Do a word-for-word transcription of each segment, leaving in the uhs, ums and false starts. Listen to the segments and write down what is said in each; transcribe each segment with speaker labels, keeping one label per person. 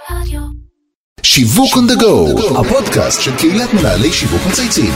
Speaker 1: שיווק on the go, הפודקאסט של קהילת מנהלי שיווק מצייצים.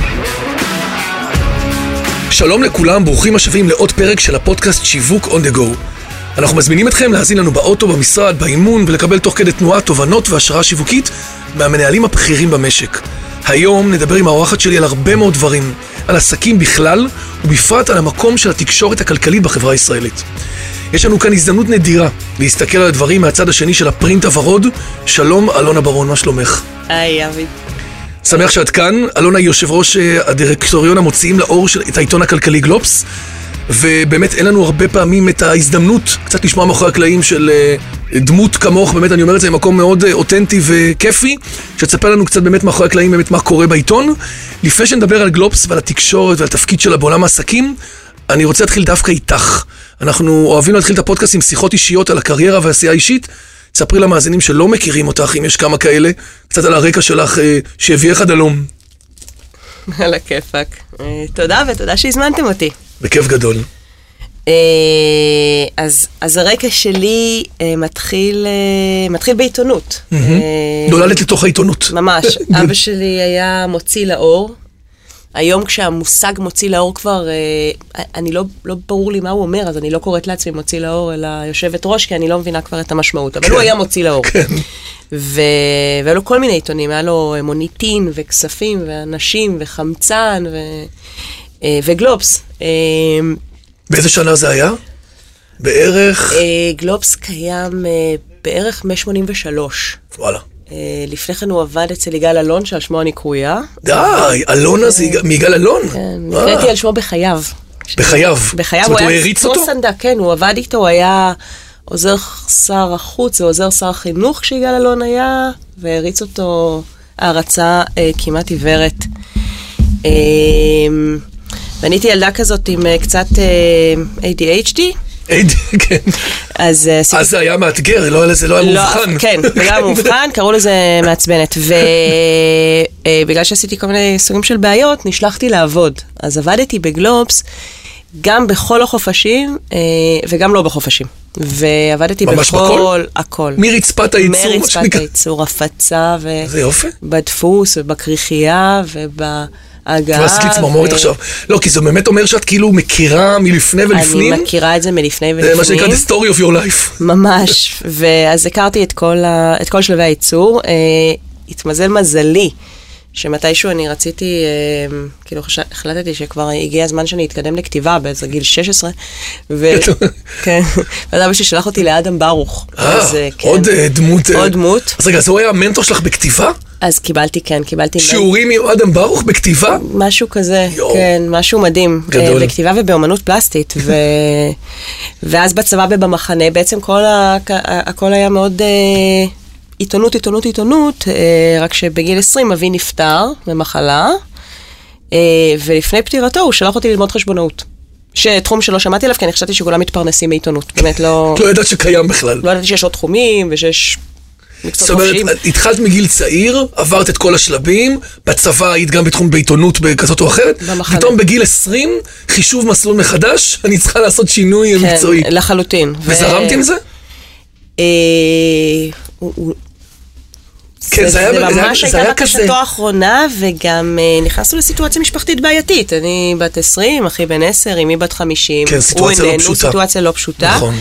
Speaker 2: שלום לכולם, ברוכים השבים לעוד פרק של הפודקאסט שיווק on the go. אנחנו מזמינים אתכם להאזין לנו באוטו, במשרד, באימון, ולקבל תוך כדי תנועה תובנות והשראה שיווקית מהמנהלים הבכירים במשק. היום נדבר עם האורחת שלי על הרבה מאוד דברים, על עסקים בכלל, ובפרט על המקום של התקשורת הכלכלית בחברה הישראלית. יש לנו כאן הזדמנות נדירה להסתכל על הדברים מהצד השני של הפרינט הוורוד. שלום, אלונה ברון, מה שלומך?
Speaker 3: היי, אבי.
Speaker 2: שמח שאת כאן. אלונה היא יושב ראש הדירקטוריון המוציאים לאור של את העיתון הכלכלי גלובס, ובאמת אין לנו הרבה פעמים את ההזדמנות קצת לשמוע מאחורי הקלעים של דמות כמוך. באמת אני אומר את זה במקום מאוד אותנטי וכיפי, שתספר לנו קצת באמת מאחורי הקלעים באמת מה קורה בעיתון. לפני שנדבר על גלובס ועל התקשורת ועל התפקיד שלה בעולם העסקים, אני רוצה להתחיל דווקא איתך. אנחנו אוהבים להתחיל את הפודקאסט עם שיחות אישיות על הקריירה והעשייה האישית. תספרי למאזינים שלא מכירים אותך, אם יש כמה כאלה, קצת על הרקע שלך שהביאך עד הלום.
Speaker 3: על הכיפק. תודה ותודה שהזמנתם אותי.
Speaker 2: בכיף גדול.
Speaker 3: אז, אז הרקע שלי מתחיל, מתחיל בעיתונות.
Speaker 2: נולדת לתוך העיתונות.
Speaker 3: ממש. אבא שלי היה מוציא לאור. היום כשהמושג מוציא לאור כבר, אני לא, לא ברור לי מה הוא אומר, אז אני לא קוראת לעצמי מוציא לאור, אלא יושבת ראש, כי אני לא מבינה כבר את המשמעות. אבל הוא היה מוציא לאור. והיה לו כל מיני עיתונים, היה לו מוניטין וכספים ואנשים וחמצן וגלובס.
Speaker 2: באיזה שנה זה היה? בערך?
Speaker 3: גלובס קיים בערך מאה שמונים ושלוש.
Speaker 2: וואלה.
Speaker 3: לפני כן הוא עבד אצל יגאל אלון, שעל שמו אני קרויה.
Speaker 2: די, אלונה זה מיגאל אלון?
Speaker 3: כן, נקראתי על שמו בחייו.
Speaker 2: בחייו?
Speaker 3: בחייו,
Speaker 2: זאת אומרת, הוא הריץ אותו?
Speaker 3: סנדה, כן, הוא עבד איתו, הוא היה עוזר שר החוץ ועוזר שר החינוך כשיגאל אלון היה, והריץ אותו הערצה כמעט עיוורת. ואני הייתי ילדה כזאת עם קצת איי די אייץ' די.
Speaker 2: כן.
Speaker 3: אז
Speaker 2: זה היה מאתגר, זה לא היה מובחן.
Speaker 3: כן, זה לא היה מובחן, קראו לזה מעצבנת. ובגלל שעשיתי כל מיני סוגים של בעיות, נשלחתי לעבוד. אז עבדתי בגלובס, גם בכל החופשים, וגם לא בחופשים. ועבדתי בכל, הכל.
Speaker 2: מרצפת הייצור.
Speaker 3: מרצפת הייצור, הפצה, ובדפוס, ובקריחייה, וב...
Speaker 2: כבר עשית לי צמרמורת עכשיו. לא, כי זה באמת אומר שאת כאילו מכירה מלפני ולפנים.
Speaker 3: אני מכירה את זה מלפני ולפנים.
Speaker 2: זה מה שנקרא the story of your life.
Speaker 3: ממש. ואז הכרתי את כל שלבי הייצור. התמזל מזלי, שמתישהו אני רציתי, כאילו החלטתי שכבר הגיע הזמן שאני אתקדם לכתיבה באיזה גיל שש עשרה. כן. ואז אבא ששלח אותי לאדם ברוך.
Speaker 2: אה, עוד דמות.
Speaker 3: עוד דמות.
Speaker 2: אז רגע, זה הוא היה המנטור שלך בכתיבה?
Speaker 3: אז קיבלתי, כן, קיבלתי...
Speaker 2: שיעורים עם אדם ברוך בכתיבה?
Speaker 3: משהו כזה, כן, משהו מדהים.
Speaker 2: גדול.
Speaker 3: בכתיבה ובאמנות פלסטית, ו... ואז בצבא ובמחנה, בעצם כל ה... הכל היה מאוד עיתונות, עיתונות, עיתונות, רק שבגיל עשרים אבי נפטר במחלה, ולפני פטירתו הוא שלח אותי ללמוד חשבונאות. שתחום שלא שמעתי עליו, כי אני חשבתי שכולם מתפרנסים מעיתונות, באמת לא...
Speaker 2: לא ידעת שקיים בכלל.
Speaker 3: לא ידעתי שיש עוד תחומים, ושיש...
Speaker 2: זאת אומרת, התחלת מגיל צעיר, עברת את כל השלבים, בצבא היית גם בתחום בעיתונות בכזאת או אחרת, פתאום בגיל עשרים, חישוב מסלול מחדש, אני צריכה לעשות שינוי מקצועי.
Speaker 3: כן, לחלוטין.
Speaker 2: וזרמת עם זה? כן, זה היה כזה.
Speaker 3: ממש הייתה בקשתו האחרונה, וגם נכנסנו לסיטואציה משפחתית בעייתית. אני בת עשרים, אחי בן עשר, אמי בת חמישים.
Speaker 2: כן, סיטואציה לא פשוטה.
Speaker 3: סיטואציה לא פשוטה.
Speaker 2: נכון.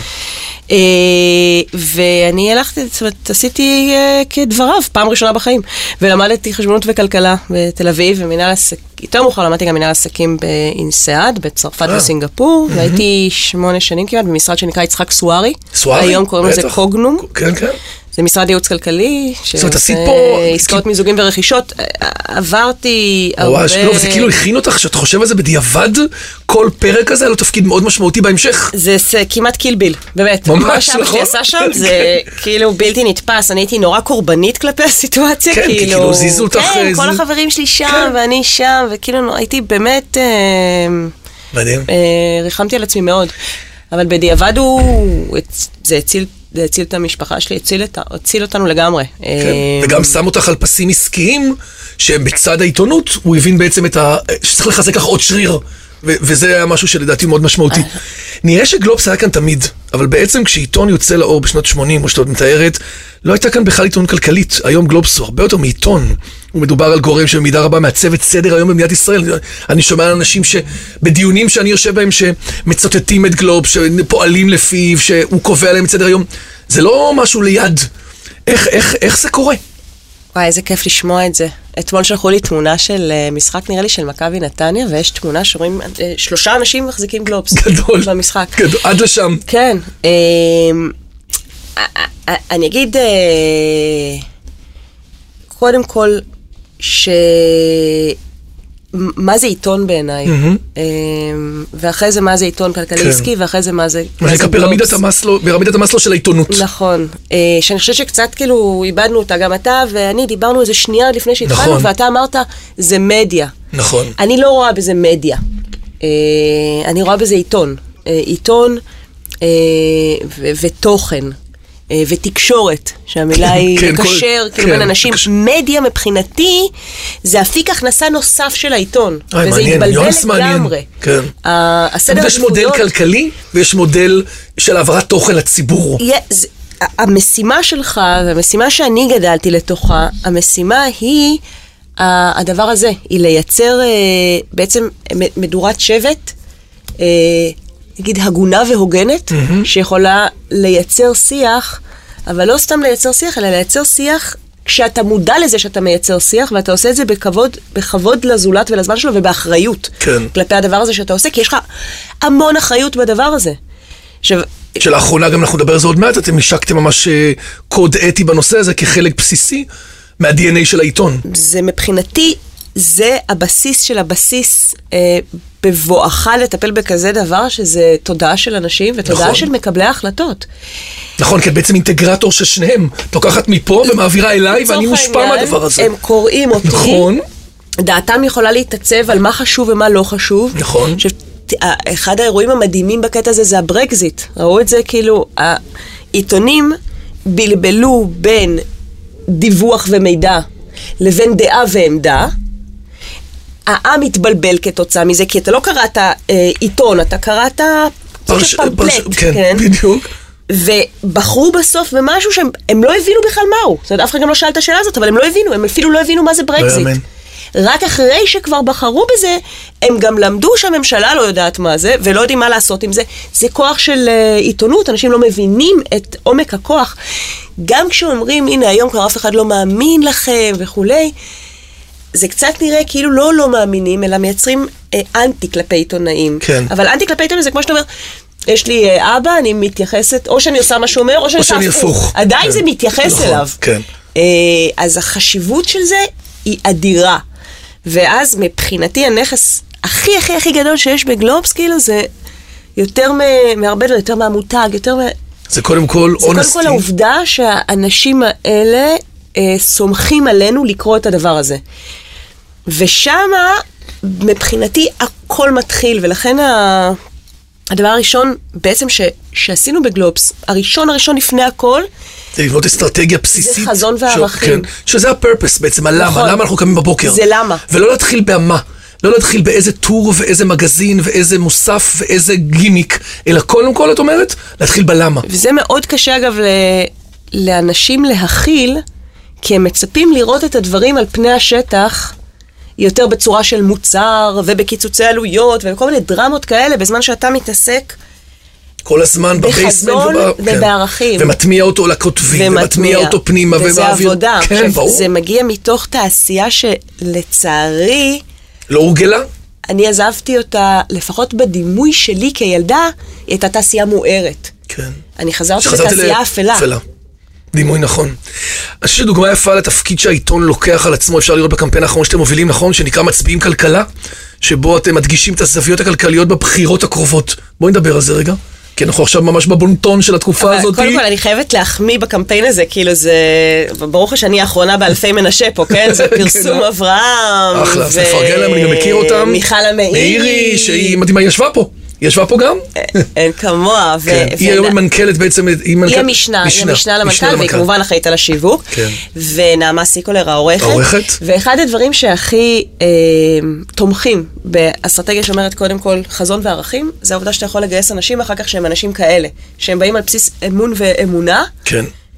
Speaker 3: ואני הלכתי, זאת אומרת, עשיתי כדבריו, פעם ראשונה בחיים, ולמדתי חשבונות וכלכלה בתל אביב, ומנהל עסקים, יותר מאוחר למדתי גם מנהל עסקים באינסיאד, בצרפת וסינגפור, והייתי שמונה שנים כמעט במשרד שנקרא יצחק סוארי, היום קוראים לזה קוגנום.
Speaker 2: כן, כן.
Speaker 3: זה משרד ייעוץ כלכלי, שעושה עסקאות מיזוגים ורכישות. עברתי הרבה...
Speaker 2: ממש, לא, וזה כאילו הכין אותך, שאת חושב על זה בדיעבד, כל פרק הזה היה לו תפקיד מאוד משמעותי בהמשך.
Speaker 3: זה כמעט קילביל, באמת.
Speaker 2: ממש, נכון.
Speaker 3: מה שאבא עשה שם, זה כאילו בלתי נתפס. אני הייתי נורא קורבנית כלפי הסיטואציה,
Speaker 2: כאילו... כן, כאילו זיזו אותך...
Speaker 3: כן, כל החברים שלי שם, ואני שם, וכאילו הייתי באמת...
Speaker 2: מדהים.
Speaker 3: ריחמתי על עצמי מאוד. אבל בדיעבד הוא... זה הציל... זה הציל את המשפחה שלי, הציל, את, הציל אותנו לגמרי.
Speaker 2: כן, וגם שם אותך על פסים עסקיים, שבצד העיתונות הוא הבין בעצם את ה... שצריך לחזק לך עוד שריר, ו- וזה היה משהו שלדעתי מאוד משמעותי. נראה שגלובס היה כאן תמיד, אבל בעצם כשעיתון יוצא לאור בשנות שמונים, כמו שאתה עוד מתארת, לא הייתה כאן בכלל עיתון כלכלית. היום גלובס הוא הרבה יותר מעיתון. הוא מדובר על גורם שבמידה רבה מעצב את סדר היום במדינת ישראל. אני שומע על אנשים שבדיונים שאני יושב בהם שמצוטטים את גלובס, שפועלים לפיו, שהוא קובע להם את סדר היום. זה לא משהו ליד. איך, איך, איך זה קורה?
Speaker 3: וואי, איזה כיף לשמוע את זה. אתמול שלחו לי תמונה של משחק, נראה לי, של מכבי נתניה, ויש תמונה שרואים, שלושה אנשים מחזיקים גלובס.
Speaker 2: גדול.
Speaker 3: במשחק.
Speaker 2: גדול, עד לשם.
Speaker 3: כן. אני אגיד, קודם כל, ש... מה זה עיתון בעיניי, ואחרי זה מה זה עיתון כלכלי עסקי, ואחרי זה מה זה גלובס.
Speaker 2: מה שנקרא פירמידת המסלו של העיתונות.
Speaker 3: נכון, שאני חושבת שקצת כאילו איבדנו אותה, גם אתה ואני דיברנו איזה שנייה לפני שהתחלנו, ואתה אמרת, זה מדיה.
Speaker 2: נכון.
Speaker 3: אני לא רואה בזה מדיה, אני רואה בזה עיתון. עיתון ותוכן. ותקשורת, שהמילה היא לקשר, כאילו בין אנשים. מדיה מבחינתי, זה אפיק הכנסה נוסף של העיתון. וזה התבלבל לגמרי.
Speaker 2: יש מודל כלכלי, ויש מודל של העברת תוכן לציבור.
Speaker 3: המשימה שלך, והמשימה שאני גדלתי לתוכה, המשימה היא הדבר הזה, היא לייצר בעצם מדורת שבט, נגיד הגונה והוגנת, mm-hmm. שיכולה לייצר שיח, אבל לא סתם לייצר שיח, אלא לייצר שיח כשאתה מודע לזה שאתה מייצר שיח, ואתה עושה את זה בכבוד, בכבוד לזולת ולזמן שלו, ובאחריות. כן. כלפי הדבר הזה שאתה עושה, כי יש לך המון אחריות בדבר הזה. עכשיו,
Speaker 2: שלאחרונה גם אנחנו נדבר על זה עוד מעט, אתם השקתם ממש קוד אתי בנושא הזה, כחלק בסיסי מה-די אן איי של העיתון.
Speaker 3: זה מבחינתי, זה הבסיס של הבסיס, אה, בבואך לטפל בכזה דבר, שזה תודעה של אנשים ותודעה נכון. של מקבלי ההחלטות.
Speaker 2: נכון, כי בעצם אינטגרטור של שניהם, תוקחת מפה ומעבירה אליי, ואני מושפע מהדבר הזה.
Speaker 3: הם קוראים אותי, נכון. דעתם יכולה להתעצב על מה חשוב ומה לא חשוב.
Speaker 2: נכון.
Speaker 3: אחד האירועים המדהימים בקטע הזה זה הברקזיט. ראו את זה כאילו, העיתונים בלבלו בין דיווח ומידע לבין דעה ועמדה, העם התבלבל כתוצאה מזה, כי אתה לא קראת אה, עיתון, אתה קראת פרש, פמפלט, פרש,
Speaker 2: כן, כן, בדיוק.
Speaker 3: ובחרו בסוף במשהו שהם הם לא הבינו בכלל מהו. זאת אומרת, אף אחד גם לא שאל את השאלה הזאת, אבל הם לא הבינו, הם אפילו לא הבינו מה זה ברקזיט. לא רק אחרי שכבר בחרו בזה, הם גם למדו שהממשלה לא יודעת מה זה, ולא יודעים מה לעשות עם זה. זה כוח של uh, עיתונות, אנשים לא מבינים את עומק הכוח. גם כשאומרים, הנה, היום כבר אף אחד לא מאמין לכם וכולי, זה קצת נראה כאילו לא לא מאמינים, אלא מייצרים אה, אנטי כלפי עיתונאים. כן. אבל אנטי כלפי עיתונאים זה כמו שאתה אומר, יש לי אה, אבא, אני מתייחסת, או שאני עושה מה שאומר, או שאני עושה הפוך. עדיין כן. זה מתייחס נכון, אליו.
Speaker 2: כן.
Speaker 3: אה, אז החשיבות של זה היא אדירה. ואז מבחינתי הנכס הכי הכי הכי גדול שיש בגלובס, כאילו זה יותר מהרבה דברים, יותר מהמותג, יותר מה...
Speaker 2: זה קודם כל
Speaker 3: זה קודם כל העובדה שהאנשים האלה אה, סומכים עלינו לקרוא את הדבר הזה. ושמה, מבחינתי, הכל מתחיל, ולכן ה... הדבר הראשון בעצם ש... שעשינו בגלובס, הראשון הראשון לפני הכל,
Speaker 2: זה לבנות אסטרטגיה בסיסית.
Speaker 3: זה חזון וערכים.
Speaker 2: ש... כן. שזה הפרפס בעצם, הלמה, נכון. למה אנחנו קמים בבוקר.
Speaker 3: זה למה.
Speaker 2: ולא להתחיל בהמה. לא להתחיל באיזה טור ואיזה מגזין ואיזה מוסף ואיזה גימיק, אלא קודם כל, את אומרת, להתחיל בלמה.
Speaker 3: וזה מאוד קשה, אגב, ל... לאנשים להכיל, כי הם מצפים לראות את הדברים על פני השטח, יותר בצורה של מוצר, ובקיצוצי עלויות, וכל מיני דרמות כאלה, בזמן שאתה מתעסק
Speaker 2: כל הזמן
Speaker 3: בחזון ובערכים.
Speaker 2: ומטמיע אותו לכותבים, ומטמיע אותו פנימה,
Speaker 3: וזה עבודה. כן, ברור. זה מגיע מתוך תעשייה שלצערי...
Speaker 2: לא הורגלה?
Speaker 3: אני עזבתי אותה, לפחות בדימוי שלי כילדה, היא הייתה תעשייה מוארת.
Speaker 2: כן.
Speaker 3: אני חזרתי לתעשייה אפלה.
Speaker 2: אפלה. דימוי נכון. אני חושב שדוגמה יפה לתפקיד שהעיתון לוקח על עצמו, אפשר לראות בקמפיין האחרון שאתם מובילים, נכון? שנקרא מצביעים כלכלה, שבו אתם מדגישים את הזוויות הכלכליות בבחירות הקרובות. בואי נדבר על זה רגע. כי אנחנו עכשיו ממש בבונטון של התקופה הזאת.
Speaker 3: קודם כל, אני חייבת להחמיא בקמפיין הזה, כאילו זה... ברוך השני האחרונה באלפי מנשה פה, כן? זה פרסום אברהם.
Speaker 2: אחלה, אז נפרגן להם, אני גם מכיר אותם.
Speaker 3: מיכל המאירי.
Speaker 2: שהיא מדהימה, היא ישבה פה. היא ישבה פה גם?
Speaker 3: אין כמוה.
Speaker 2: היא היום מנכ"לת בעצם...
Speaker 3: היא המשנה, היא המשנה למנכ"ל, והיא כמובן אחראית על השיווק. ונעמה סיקולר, העורכת. ואחד הדברים שהכי תומכים באסטרטגיה שאומרת קודם כל חזון וערכים, זה העובדה שאתה יכול לגייס אנשים אחר כך שהם אנשים כאלה, שהם באים על בסיס אמון ואמונה,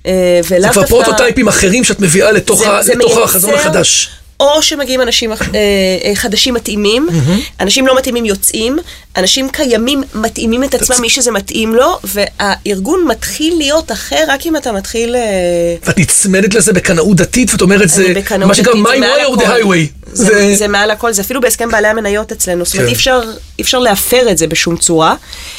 Speaker 2: זה כבר פרוטוטייפים אחרים שאת מביאה לתוך החזון החדש.
Speaker 3: או שמגיעים אנשים חדשים מתאימים, אנשים לא מתאימים יוצאים, אנשים קיימים מתאימים את עצמם, מי שזה מתאים לו, והארגון מתחיל להיות אחר רק אם אתה מתחיל...
Speaker 2: ואת נצמדת לזה בקנאות דתית, ואת אומרת, זה מה שגם my way or the highway.
Speaker 3: זה מעל הכל, זה אפילו בהסכם בעלי המניות אצלנו, זאת אומרת, אי אפשר להפר את זה בשום צורה.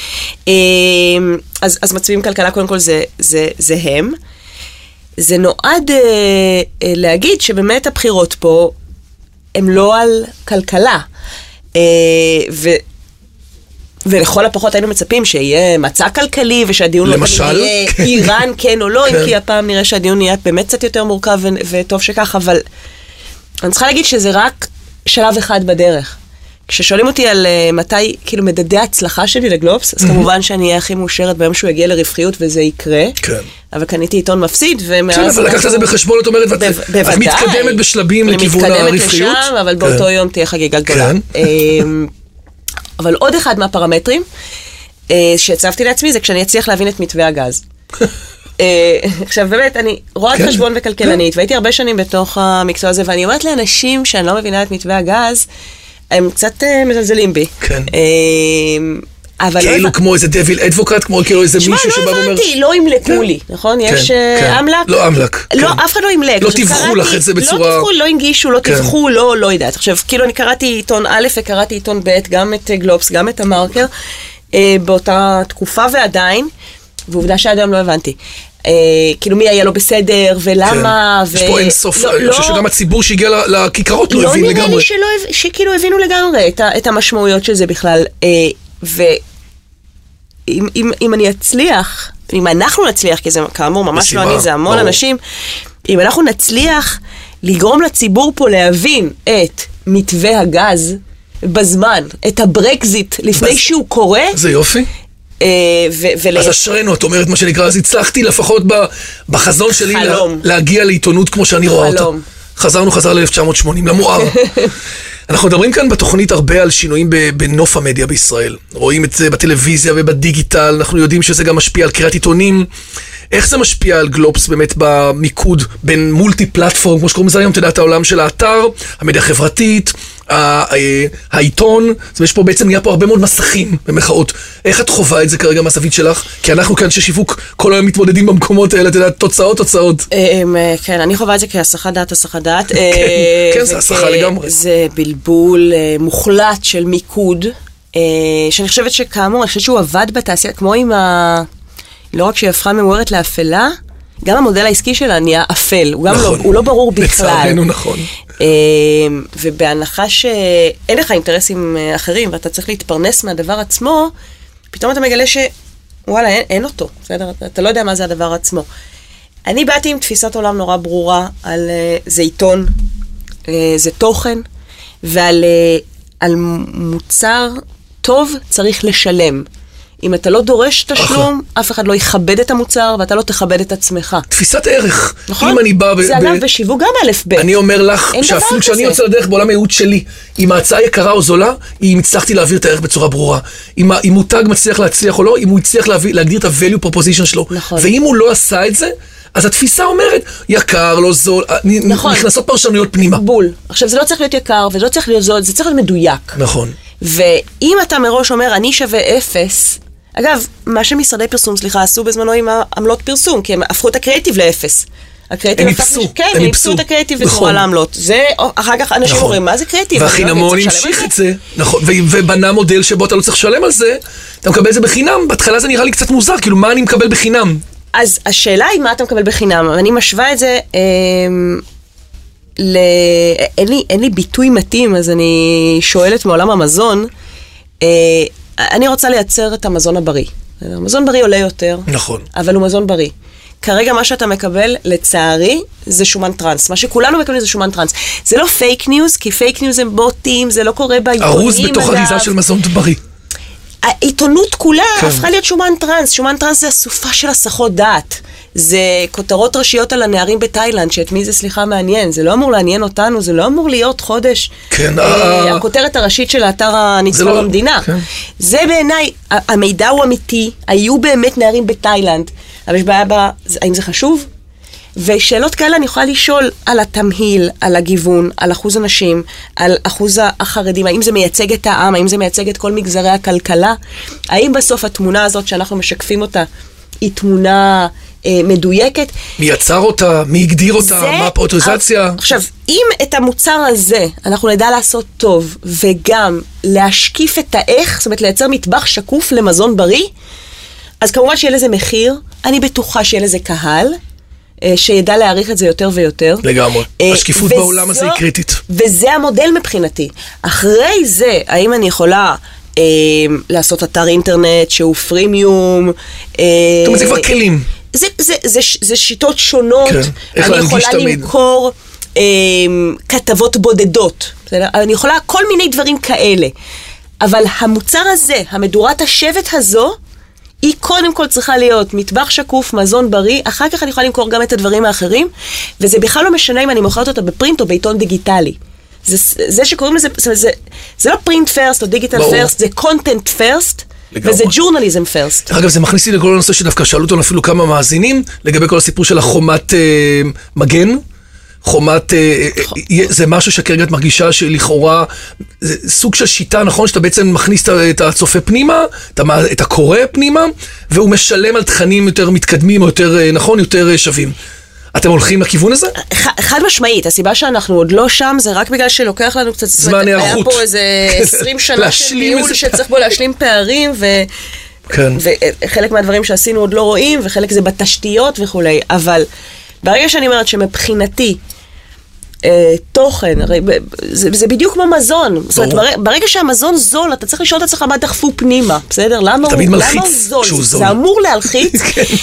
Speaker 3: אז מצביעים כלכלה, קודם כל זה הם. זה נועד אה, אה, להגיד שבאמת הבחירות פה הם לא על כלכלה. אה, ו, ולכל הפחות היינו מצפים שיהיה מצע כלכלי, ושהדיון
Speaker 2: למשל,
Speaker 3: לא יהיה כן. איראן כן או לא, כן. אם כי הפעם נראה שהדיון יהיה באמת קצת יותר מורכב ו- וטוב שכך, אבל אני צריכה להגיד שזה רק שלב אחד בדרך. כששואלים אותי על uh, מתי, כאילו, מדדי ההצלחה שלי לגלובס, אז כמובן שאני אהיה הכי מאושרת ביום שהוא יגיע לרווחיות וזה יקרה. כן. אבל קניתי עיתון מפסיד, ומאז...
Speaker 2: כן, אבל לקחת את זה בחשבון, את אומרת, ואת מתקדמת בשלבים לכיוון הרווחיות.
Speaker 3: אני מתקדמת לשם, אבל באותו יום תהיה חגיגה גדולה. אבל עוד אחד מהפרמטרים שהצבתי לעצמי, זה כשאני אצליח להבין את מתווה הגז. עכשיו, באמת, אני רואה את חשבון וכלכלנית, והייתי הרבה שנים בתוך המקצוע הזה, ואני אומרת לאנשים שאני לא מבינה את מתווה הגז, הם קצת מזלזלים בי.
Speaker 2: כן. כאילו כמו איזה דביל אדבוקט, כמו כאילו איזה מישהו שבא ואומר...
Speaker 3: שמע, לא הבנתי, לא ימלקו לי, נכון? יש אמלק?
Speaker 2: לא אמלק.
Speaker 3: לא, אף אחד לא ימלק.
Speaker 2: לא תבחרו לך את זה בצורה...
Speaker 3: לא תבחרו, לא הנגישו, לא תבחרו, לא, לא יודעת. עכשיו, כאילו אני קראתי עיתון א' וקראתי עיתון ב', גם את גלובס, גם את המרקר, באותה תקופה ועדיין, ועובדה שעד היום לא הבנתי. כאילו מי היה לא בסדר, ולמה,
Speaker 2: יש פה אין סוף, אני חושב שגם הציבור שהגיע לכיכרות לא הבין לגמרי.
Speaker 3: לא נראה לי שכאילו הבינו לגמרי את המשמעויות של זה בכלל, ואם אני אצליח, אם אנחנו נצליח, כי זה כאמור ממש לא אני, זה המון אנשים, אם אנחנו נצליח לגרום לציבור פה להבין את מתווה הגז בזמן, את הברקזיט לפני שהוא קורה,
Speaker 2: זה יופי. אז אשרנו, את אומרת מה שנקרא, אז הצלחתי לפחות בחזון שלי להגיע לעיתונות כמו שאני רואה אותה. חזרנו חזר ל-אלף תשע מאות שמונים, למואר. אנחנו מדברים כאן בתוכנית הרבה על שינויים בנוף המדיה בישראל. רואים את זה בטלוויזיה ובדיגיטל, אנחנו יודעים שזה גם משפיע על קריאת עיתונים. איך זה משפיע על גלובס באמת במיקוד בין מולטי פלטפורם, כמו שקוראים לזה היום, תדעת העולם של האתר, המדיה החברתית, העיתון, זאת אומרת, יש פה בעצם נהיה פה הרבה מאוד מסכים במחאות. איך את חובה את זה כרגע מהזווית שלך? כי אנחנו כאן ששיווק כל היום מתמודדים במקומות האלה, תדעת, תוצאות, תוצאות.
Speaker 3: כן, אני חובה את זה כהסחת דעת, הסחת דעת.
Speaker 2: כן, זה הסחה לגמרי.
Speaker 3: זה בלבול מוחלט של מיקוד, שאני חושבת שכאמור, אני חושבת שהוא עבד בתעשייה, כמו עם ה... לא רק שהיא הפכה ממוארת לאפלה, גם המודל העסקי שלה נהיה אפל, הוא גם לא, הוא לא ברור בכלל.
Speaker 2: לצערנו נכון.
Speaker 3: ובהנחה שאין לך אינטרסים אחרים, ואתה צריך להתפרנס מהדבר עצמו, פתאום אתה מגלה שוואלה, אין, אין אותו, בסדר? אתה לא יודע מה זה הדבר עצמו. אני באתי עם תפיסת עולם נורא ברורה על זה עיתון, זה תוכן, ועל על מוצר טוב צריך לשלם. אם אתה לא דורש תשלום, אף אחד לא יכבד את המוצר, ואתה לא תכבד את עצמך.
Speaker 2: תפיסת ערך. נכון? אם אני בא...
Speaker 3: זה אגב בשיווק גם א' ב'.
Speaker 2: אני אומר לך, שאפילו כשאני יוצא לדרך בעולם הייעוד שלי, אם ההצעה יקרה או זולה, אם הצלחתי להעביר את הערך בצורה ברורה. אם מותג מצליח להצליח או לא, אם הוא הצליח להגדיר את ה-value proposition שלו. נכון. ואם הוא לא עשה את זה, אז התפיסה אומרת, יקר, לא זול, נכון. נכנסות פרשנויות פנימה.
Speaker 3: בול. עכשיו, זה לא צריך להיות יקר, וזה לא צריך להיות זול, זה צריך להיות מדויק.
Speaker 2: נכון.
Speaker 3: ואם אתה מראש אומר, אני שווה אפס, אגב, מה שמשרדי פרסום, סליחה, עשו בזמנו עם העמלות פרסום, כי הם הפכו את הקריאטיב לאפס.
Speaker 2: הם איפסו.
Speaker 3: כן, הם איפסו את הקריאטיב ותמורה לעמלות. זה, אחר כך אנשים אומרים, מה זה קריאטיב?
Speaker 2: והחינמון המשיך את זה, נכון, ובנה מודל שבו אתה לא צריך לשלם על זה, אתה מקבל את זה בחינם, בהתחלה זה נראה לי קצת מוזר, כאילו, מה אני מקבל בחינם?
Speaker 3: אז השאלה היא מה אתה מקבל בחינם, ואני משווה את זה, אין לי ביטוי מתאים, אז אני שואלת מעולם המזון, אני רוצה לייצר את המזון הבריא. המזון בריא עולה יותר.
Speaker 2: נכון.
Speaker 3: אבל הוא מזון בריא. כרגע מה שאתה מקבל, לצערי, זה שומן טרנס. מה שכולנו מקבלים זה שומן טרנס. זה לא פייק ניוז, כי פייק ניוז הם בוטים, זה לא קורה בעיתונים.
Speaker 2: ארוז בתוך אריזה של מזון בריא.
Speaker 3: העיתונות כולה כן. הפכה להיות שומן טרנס. שומן טרנס זה הסופה של הסחות דעת. זה כותרות ראשיות על הנערים בתאילנד, שאת מי זה סליחה מעניין. זה לא אמור לעניין אותנו, זה לא אמור להיות חודש.
Speaker 2: כן.
Speaker 3: אה, הכותרת הראשית של האתר הנצפה לא, במדינה. כן. זה בעיניי, המידע הוא אמיתי, היו באמת נערים בתאילנד. אבל יש בעיה, האם זה חשוב? ושאלות כאלה אני יכולה לשאול על התמהיל, על הגיוון, על אחוז הנשים, על אחוז החרדים, האם זה מייצג את העם, האם זה מייצג את כל מגזרי הכלכלה, האם בסוף התמונה הזאת שאנחנו משקפים אותה היא תמונה אה, מדויקת.
Speaker 2: מי יצר אותה, מי הגדיר אותה, זה, מה הפאוטריזציה.
Speaker 3: עכשיו, אם את המוצר הזה אנחנו נדע לעשות טוב, וגם להשקיף את האיך, זאת אומרת לייצר מטבח שקוף למזון בריא, אז כמובן שיהיה לזה מחיר, אני בטוחה שיהיה לזה קהל, שידע להעריך את זה יותר ויותר.
Speaker 2: לגמרי. השקיפות בעולם הזה היא קריטית.
Speaker 3: וזה המודל מבחינתי. אחרי זה, האם אני יכולה אה, לעשות אתר אינטרנט שהוא פרימיום? אה,
Speaker 2: זאת אומרת, זה כבר כלים.
Speaker 3: זה, זה, זה, זה שיטות שונות.
Speaker 2: כן. איך להנגיש תמיד.
Speaker 3: אני יכולה למכור אה, כתבות בודדות. בסדר? אני יכולה כל מיני דברים כאלה. אבל המוצר הזה, המדורת השבט הזו, היא קודם כל צריכה להיות מטבח שקוף, מזון בריא, אחר כך אני יכולה למכור גם את הדברים האחרים, וזה בכלל לא משנה אם אני מוכרת אותה בפרינט או בעיתון דיגיטלי. זה, זה שקוראים לזה, זה, זה, זה לא פרינט פרסט או דיגיטל פרסט, זה קונטנט פרסט, וזה ג'ורנליזם פרסט.
Speaker 2: אגב, זה מכניס לי לכל הנושא שדווקא שאלו אותנו אפילו כמה מאזינים, לגבי כל הסיפור של החומת אה, מגן, חומת, זה משהו שכרגע את מרגישה שלכאורה, זה סוג של שיטה, נכון? שאתה בעצם מכניס את הצופה פנימה, את הקורא פנימה, והוא משלם על תכנים יותר מתקדמים, או יותר, נכון? יותר שווים. אתם הולכים לכיוון הזה?
Speaker 3: חד משמעית, הסיבה שאנחנו עוד לא שם, זה רק בגלל שלוקח לנו קצת
Speaker 2: זמן היערכות.
Speaker 3: היה פה איזה עשרים שנה של ניהול שצריך בו להשלים פערים, ו...
Speaker 2: כן.
Speaker 3: וחלק מהדברים שעשינו עוד לא רואים, וחלק זה בתשתיות וכולי, אבל ברגע שאני אומרת שמבחינתי, אה, תוכן, הרי, זה, זה בדיוק כמו מזון. זאת אומרת, ברגע, ברגע שהמזון זול, אתה צריך לשאול את עצמך מה דחפו פנימה, בסדר? למה הוא, למה הוא זול? זה
Speaker 2: זול.
Speaker 3: אמור להלחיץ,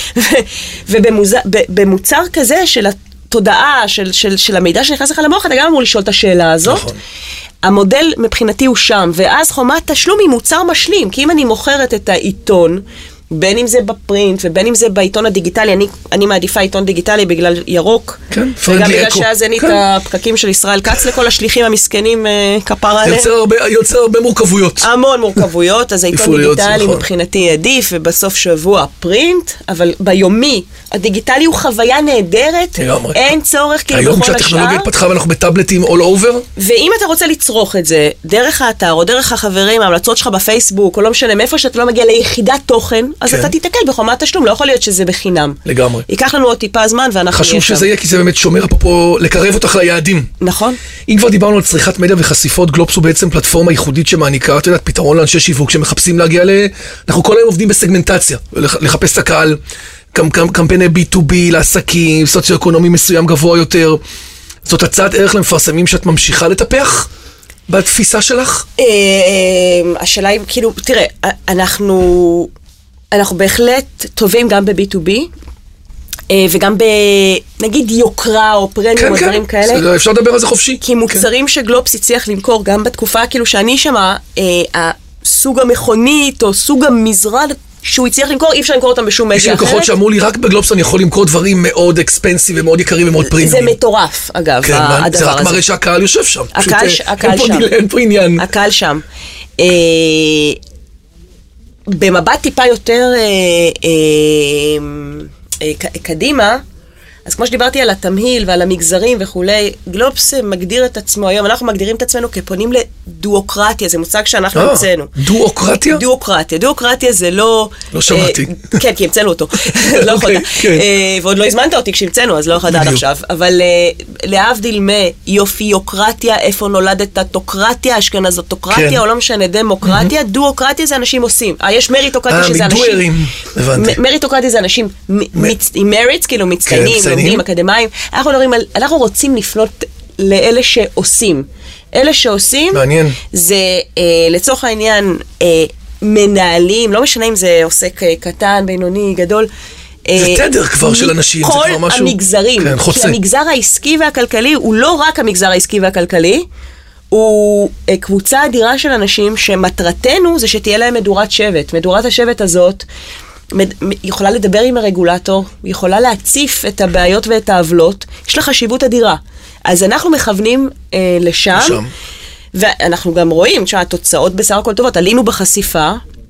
Speaker 3: ובמוצר כזה של התודעה, של, של, של המידע שנכנס לך למוח, אתה גם אמור לשאול את השאלה הזאת. נכון. המודל מבחינתי הוא שם, ואז חומת תשלום היא מוצר משלים, כי אם אני מוכרת את העיתון, בין אם זה בפרינט ובין אם זה בעיתון הדיגיטלי, אני, אני מעדיפה עיתון דיגיטלי בגלל ירוק,
Speaker 2: כן,
Speaker 3: וגם בגלל שאז אין לי את הפקקים של ישראל כץ לכל השליחים המסכנים כפרה עליהם.
Speaker 2: יוצר הרבה, יוצר הרבה מורכבויות.
Speaker 3: המון מורכבויות, אז העיתון דיגיטלי נכון. מבחינתי עדיף, ובסוף שבוע פרינט, אבל ביומי, הדיגיטלי הוא חוויה נהדרת, אין צורך כאילו בכל השאר.
Speaker 2: היום כשהטכנולוגיה התפתחה ואנחנו בטאבלטים all over.
Speaker 3: ואם אתה רוצה לצרוך את זה, דרך האתר או דרך החברים, ההמלצות שלך בפייסבוק, או לא משנה, מאיפה שאתה לא מגיע ליחידת תוכן, אז אתה תתקל בחומת תשלום, לא יכול להיות שזה בחינם.
Speaker 2: לגמרי.
Speaker 3: ייקח לנו עוד טיפה זמן ואנחנו
Speaker 2: חשוב שזה יהיה, כי זה באמת שומר פה לקרב אותך ליעדים.
Speaker 3: נכון.
Speaker 2: אם כבר דיברנו על צריכת מדיה וחשיפות, גלובס הוא בעצם פלטפורמה ייחודית שמעניקה, אתה יודעת, פתרון לאנשי שיווק שמחפשים להגיע ל... אנחנו כל היום עובדים בסגמנטציה, לחפש את הקהל, קמפייני בי טו בי לעסקים, סוציו-אקונומי מסוים גבוה יותר. זאת הצעת ערך למפרסמים שאת ממשיכה לטפח? בתפיסה שלך?
Speaker 3: השאלה היא, כאילו, תראה, אנחנו... אנחנו בהחלט טובים גם ב-בי טו בי, וגם בנגיד יוקרה או פרמיום או דברים כאלה.
Speaker 2: אפשר לדבר על זה חופשי.
Speaker 3: כי מוצרים שגלובס הצליח למכור גם בתקופה כאילו שאני שמה, הסוג המכונית או סוג המזרד שהוא הצליח למכור, אי אפשר למכור אותם בשום מדיה אחרת.
Speaker 2: יש לי לקוחות שאמרו לי, רק בגלובס אני יכול למכור דברים מאוד אקספנסיב ומאוד יקרים ומאוד פרימיום.
Speaker 3: זה מטורף, אגב, הדבר הזה.
Speaker 2: זה רק מראה שהקהל יושב שם.
Speaker 3: הקהל שם.
Speaker 2: אין פה עניין.
Speaker 3: הקהל שם. במבט טיפה יותר אה, אה, אה, קדימה, אז כמו שדיברתי על התמהיל ועל המגזרים וכולי, גלובס מגדיר את עצמו היום, אנחנו מגדירים את עצמנו כפונים לדואוקרטיה, זה מוצג שאנחנו המצאנו.
Speaker 2: דואוקרטיה?
Speaker 3: דואוקרטיה. דואוקרטיה זה לא...
Speaker 2: לא שמעתי.
Speaker 3: אה, כן, כי המצאנו אותו. לא יכולת. אה, ועוד לא הזמנת אותי כשהמצאנו, אז לא יכולת עד עכשיו. אבל אה, להבדיל מיופיוקרטיה, איפה נולדת תוקרטיה, אשכנזוטוקרטיה, כן. או לא משנה, דמוקרטיה, mm-hmm. דואוקרטיה זה אנשים עושים. אה, יש מריטוקרטיה שזה אנשים... אה, מדוארים,
Speaker 2: הבנתי.
Speaker 3: מריטוקרטיה זה אנשים עם מריטס, כאילו מצטיינים, לומדים, אקדמיים. אנחנו מדברים על, אנחנו רוצים לפנות לאלה שעושים. אלה שעושים,
Speaker 2: מעניין.
Speaker 3: זה אה, לצורך העניין אה, מנהלים, לא משנה אם זה עוסק אה, קטן, בינוני, גדול.
Speaker 2: זה אה, תדר כבר של אנשים, זה כבר משהו...
Speaker 3: כל המגזרים.
Speaker 2: כן, חוצה.
Speaker 3: כי המגזר העסקי והכלכלי הוא לא רק המגזר העסקי והכלכלי, הוא אה, קבוצה אדירה של אנשים שמטרתנו זה שתהיה להם מדורת שבט. מדורת השבט הזאת יכולה לדבר עם הרגולטור, יכולה להציף את הבעיות ואת העוולות, יש לה חשיבות אדירה. אז אנחנו מכוונים אה, לשם, לשם, ואנחנו גם רואים שהתוצאות בסך הכל טובות, עלינו בחשיפה,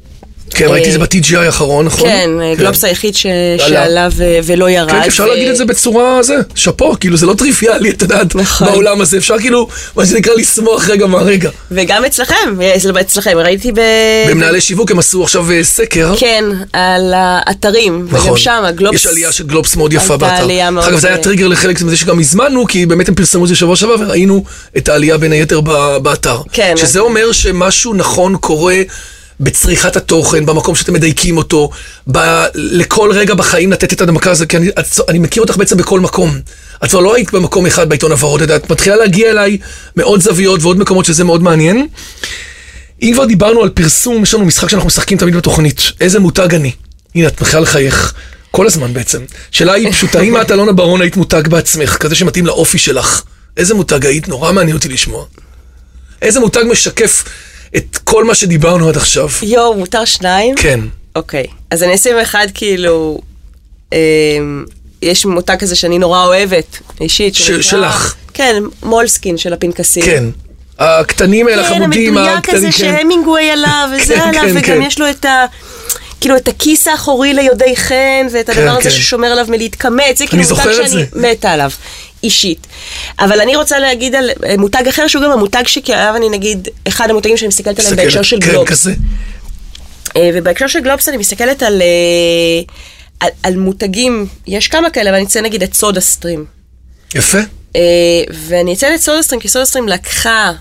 Speaker 2: כן, ראיתי את זה ב-טי ג'י איי האחרון, נכון?
Speaker 3: כן, גלובס היחיד שעלה ולא ירד.
Speaker 2: כן, אפשר להגיד את זה בצורה הזה, שפו, כאילו זה לא טריוויאלי, אתה יודעת, בעולם הזה, אפשר כאילו, מה שנקרא, לשמוח רגע מהרגע.
Speaker 3: וגם אצלכם, אצלכם, ראיתי ב...
Speaker 2: במנהלי שיווק הם עשו עכשיו סקר.
Speaker 3: כן, על האתרים, וגם שם, הגלובס...
Speaker 2: יש עלייה של גלובס מאוד יפה באתר. אגב, זה היה טריגר לחלק מזה שגם הזמנו, כי באמת הם פרסמו את זה שבוע שבוע, וראינו את העלייה בין היתר באתר. שזה אומר שמשהו נכון קורה בצריכת התוכן, במקום שאתם מדייקים אותו, ב- לכל רגע בחיים לתת את הדמקה הזה, כי אני, את, אני מכיר אותך בעצם בכל מקום. את כבר לא היית במקום אחד בעיתון הוורוד, את מתחילה להגיע אליי מאוד זוויות ועוד מקומות שזה מאוד מעניין. אם כבר דיברנו על פרסום, יש לנו משחק שאנחנו משחקים תמיד בתוכנית. איזה מותג אני? הנה, את מתחילה לחייך. כל הזמן בעצם. שאלה היא פשוטה, אם את אלונה ברון היית מותג בעצמך, כזה שמתאים לאופי שלך, איזה מותג היית? נורא מעניין אותי לשמוע. איזה מותג משקף את כל מה שדיברנו עד עכשיו?
Speaker 3: יו, מותר שניים?
Speaker 2: כן.
Speaker 3: אוקיי. אז אני אשים אחד כאילו, אה, יש מותג כזה שאני נורא אוהבת, אישית.
Speaker 2: ש- שלך.
Speaker 3: כן, מולסקין של הפנקסים.
Speaker 2: כן. הקטנים האלה, החמודים.
Speaker 3: כן, המדויק הזה שהמינגווי עליו, וזה עליו, וגם יש לו את ה... כאילו את הכיס האחורי ליודעי חן, ואת הדבר הזה ששומר עליו מלהתקמץ, זה כאילו מותג שאני מתה עליו, אישית. אבל אני רוצה להגיד על מותג אחר, שהוא גם המותג שכאב, אני נגיד, אחד המותגים שאני מסתכלת עליהם בהקשר של גלובס. כן, כזה. ובהקשר של גלובס אני מסתכלת על, על, על מותגים, יש כמה כאלה, אבל אני אצא נגיד את סודה סטרים.
Speaker 2: יפה.
Speaker 3: ואני אצא את סודה סטרים, כי סודה סטרים לקחה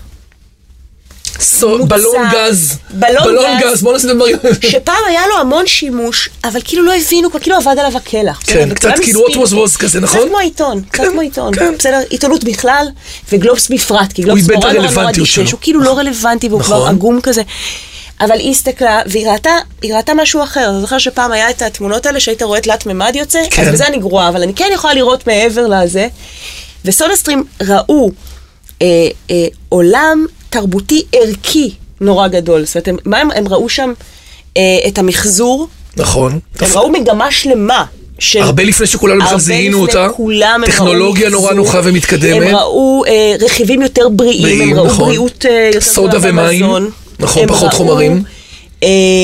Speaker 2: בלון גז, בלון גז, בוא נעשה את הדברים.
Speaker 3: שפעם היה לו המון שימוש, אבל כאילו לא הבינו, כאילו עבד עליו הקלח.
Speaker 2: כן, קצת כאילו what was was כזה, נכון?
Speaker 3: קצת כמו עיתון, קצת כמו עיתון. בסדר, עיתונות בכלל, וגלובס בפרט, כי גלובס נורא נורא נורא דישש, הוא כאילו לא רלוונטי, והוא כבר עגום כזה. אבל היא הסתכלה, והיא ראתה משהו אחר. אני זוכר שפעם היה את התמונות האלה, שהיית רואה תלת ממד יוצא, אז בזה אני גרועה, אבל אני כן יכולה לראות מעבר לזה. וסודה סטרים ראו עולם תרבותי ערכי נורא גדול. זאת אומרת, מה הם, הם ראו שם אה, את המחזור.
Speaker 2: נכון.
Speaker 3: הם ראו מגמה שלמה. של...
Speaker 2: הרבה לפני שכולנו בכלל זיהינו אותה. טכנולוגיה נורא נוחה ומתקדמת.
Speaker 3: הם ראו אה, רכיבים יותר בריאים, בריאים הם ראו נכון. בריאות אה, יותר
Speaker 2: סודה ומים. נכון, פחות ראו, חומרים.
Speaker 3: אה,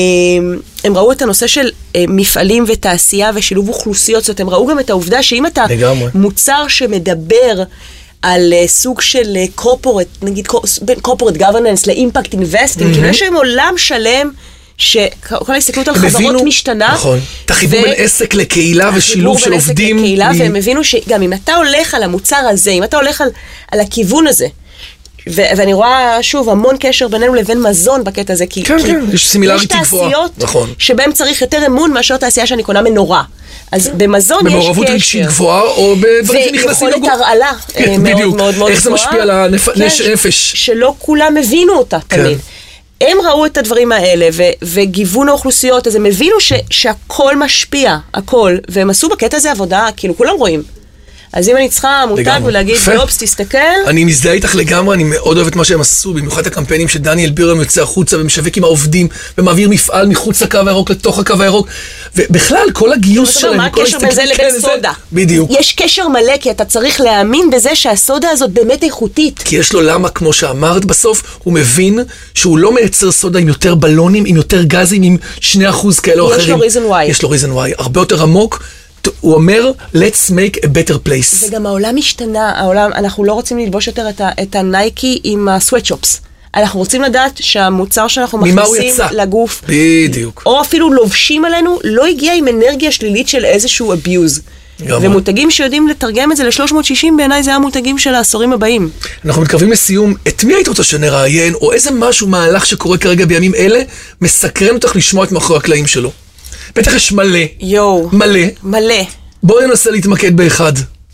Speaker 3: הם ראו את הנושא של אה, מפעלים ותעשייה ושילוב אוכלוסיות. זאת אומרת, הם ראו גם את העובדה שאם אתה לגמרי. מוצר שמדבר על uh, סוג של קורפורט, uh, נגיד בין קורפורט גוורננס לאימפקט אינבסטינג, כאילו יש להם עולם שלם שכל ההסתכלות על חברות משתנה. נכון,
Speaker 2: את החיבור בין עסק לקהילה ושילוב של עובדים.
Speaker 3: לקהילה, והם הבינו שגם אם אתה הולך על המוצר הזה, אם אתה הולך על, על הכיוון הזה, ו- ואני רואה שוב המון קשר בינינו לבין מזון בקטע הזה, כי,
Speaker 2: כן,
Speaker 3: כי
Speaker 2: כן, יש סימילריטי גבוהה.
Speaker 3: תעשיות
Speaker 2: נכון.
Speaker 3: שבהם צריך יותר אמון מאשר תעשייה שאני קונה מנורה. אז במזון יש קשר.
Speaker 2: במעורבות רגשית גבוהה, או בדברים שנכנסים
Speaker 3: לגוף. ויכולת הרעלה מאוד מאוד מאוד
Speaker 2: איך זה משפיע על הנפש.
Speaker 3: שלא כולם הבינו אותה תמיד. הם ראו את הדברים האלה, וגיוון האוכלוסיות, אז הם הבינו שהכל משפיע, הכל, והם עשו בקטע הזה עבודה, כאילו כולם רואים. אז אם אני צריכה מותג ולהגיד, גלובס, תסתכל.
Speaker 2: אני מזדהה איתך לגמרי, אני מאוד אוהב את מה שהם עשו, במיוחד הקמפיינים שדניאל בירם יוצא החוצה ומשווק עם העובדים, ומעביר מפעל מחוץ לקו הירוק לתוך הקו הירוק, ובכלל, כל הגיוס שלהם,
Speaker 3: מה הקשר בין זה לבין סודה?
Speaker 2: בדיוק.
Speaker 3: יש קשר מלא, כי אתה צריך להאמין בזה שהסודה הזאת באמת איכותית.
Speaker 2: כי יש לו למה, כמו שאמרת בסוף, הוא מבין שהוא לא מייצר סודה עם יותר בלונים, עם יותר גזים, עם שני אחוז כאלה או אחרים.
Speaker 3: יש לו reason why.
Speaker 2: יש לו reason why. הרבה יותר עמוק. הוא אומר, let's make a better place.
Speaker 3: וגם העולם השתנה, העולם, אנחנו לא רוצים ללבוש יותר את, ה, את הנייקי עם הסוואטשופס. אנחנו רוצים לדעת שהמוצר שאנחנו מכניסים לגוף,
Speaker 2: בדיוק.
Speaker 3: או אפילו לובשים עלינו, לא הגיע עם אנרגיה שלילית של איזשהו אביוז. ומותגים שיודעים לתרגם את זה ל-שלוש מאות ושישים, בעיניי זה המותגים של העשורים הבאים.
Speaker 2: אנחנו מתקרבים לסיום. את מי היית רוצה שנראיין, או איזה משהו, מהלך שקורה כרגע בימים אלה, מסקרן אותך לשמוע את מאחורי הקלעים שלו? בטח יש מלא.
Speaker 3: יו.
Speaker 2: מלא.
Speaker 3: מלא.
Speaker 2: בואי ננסה להתמקד באחד.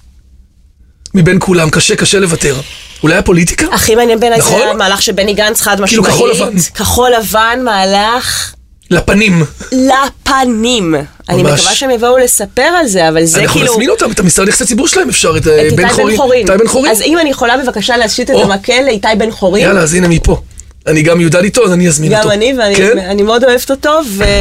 Speaker 2: מבין כולם, קשה, קשה לוותר. אולי הפוליטיקה?
Speaker 3: הכי מעניין בעיניי נכון? זה המהלך שבני גנץ חד משמעית.
Speaker 2: כאילו כחול לבן.
Speaker 3: כחול לבן, מהלך...
Speaker 2: לפנים.
Speaker 3: לפנים. אני מקווה שהם יבואו לספר על זה, אבל זה כאילו...
Speaker 2: אנחנו נזמין אותם, את המשרד יחסי ציבור שלהם, אפשר, את בן חורין.
Speaker 3: איתי בן חורין. אז אם אני יכולה בבקשה להשית את המקל לאיתי בן חורין.
Speaker 2: יאללה, אז הנה מפה. אני גם יודעת איתו, אז אני אזמין אותו.
Speaker 3: גם אני, ואני כן? אני מאוד אוהבת אותו,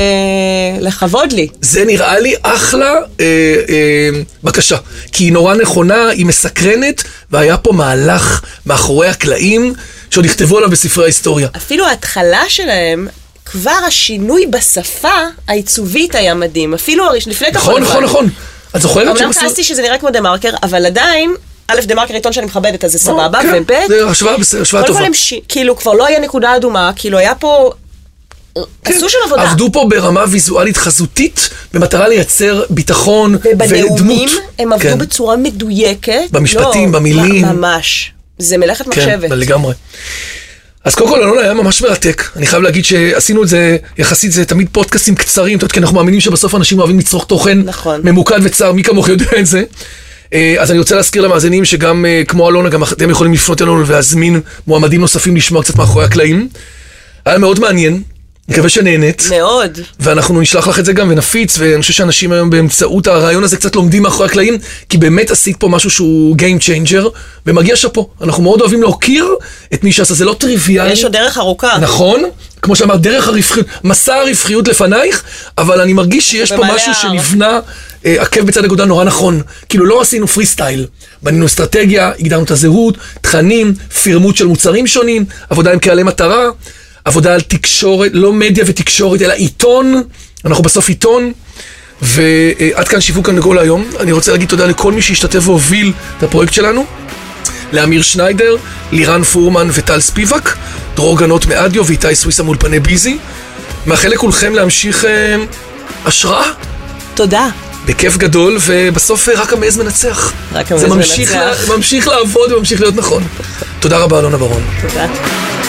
Speaker 3: ולכבוד לי.
Speaker 2: זה נראה לי אחלה אה, אה, בקשה, כי היא נורא נכונה, היא מסקרנת, והיה פה מהלך מאחורי הקלעים, שעוד יכתבו עליו בספרי ההיסטוריה.
Speaker 3: אפילו ההתחלה שלהם, כבר השינוי בשפה העיצובית היה מדהים. אפילו לפני כחול
Speaker 2: נכון, נכון, נכון. את זוכרת
Speaker 3: שהם עשו... אמנם כעסתי שזה נראה כמו דה מרקר, אבל עדיין, א', דה מרקר עיתון שאני מכבדת, אז זה סבבה, וב'
Speaker 2: זה השוואה בסדר, השוואה טובה.
Speaker 3: קודם כל הם, כאילו, כבר לא היה נקודה אדומה, כאילו היה פה... עשו שם עבודה.
Speaker 2: עבדו פה ברמה ויזואלית חזותית, במטרה לייצר ביטחון ודמות.
Speaker 3: ובנאומים הם עבדו בצורה מדויקת.
Speaker 2: במשפטים, במילים.
Speaker 3: ממש. זה מלאכת מחשבת.
Speaker 2: כן, לגמרי. אז קודם כל, אלונה היה ממש מרתק. אני חייב להגיד שעשינו את זה, יחסית זה תמיד פודקאסטים קצרים, כי אנחנו מאמינים שבסוף אנשים אוהבים לצרוך תוכן ממוקד וצר, מי כמוך יודע את זה. אז אני רוצה להזכיר למאזינים שגם כמו אלונה, גם אתם יכולים לפנות אלינו ולהזמין מועמדים נוספים לשמוע קצת מאחורי הקלעים. היה מאוד מעניין. מקווה שנהנית.
Speaker 3: מאוד.
Speaker 2: ואנחנו נשלח לך את זה גם ונפיץ, ואני חושב שאנשים היום באמצעות הרעיון הזה קצת לומדים מאחורי הקלעים, כי באמת עשית פה משהו שהוא game changer, ומגיע שפה. אנחנו מאוד אוהבים להוקיר את מי שעשה, זה לא טריוויאלי.
Speaker 3: יש עוד דרך ארוכה.
Speaker 2: נכון, כמו שאמר, דרך הרווחיות, מסע הרווחיות לפנייך, אבל אני מרגיש שיש פה משהו שנבנה, אה, עקב בצד אגודל נורא נכון. כאילו לא עשינו פרי סטייל, בנינו אסטרטגיה, הגדרנו את הזהות, תכנים, פירמות של מוצרים שונים, עבודה עם קהלי מטרה, עבודה על תקשורת, לא מדיה ותקשורת, אלא עיתון, אנחנו בסוף עיתון, ועד כאן שיווק הנגול היום. אני רוצה להגיד תודה לכל מי שהשתתף והוביל את הפרויקט שלנו, לאמיר שניידר, לירן פורמן וטל ספיבק, דרור גנות מאדיו ואיתי סוויסה מאולפני ביזי. מאחל לכולכם להמשיך אה, השראה.
Speaker 3: תודה.
Speaker 2: בכיף גדול, ובסוף רק המעז מנצח.
Speaker 3: רק המעז מנצח.
Speaker 2: זה ממשיך, ממשיך לעבוד וממשיך להיות נכון. תודה רבה, אלונה ברון.
Speaker 3: תודה.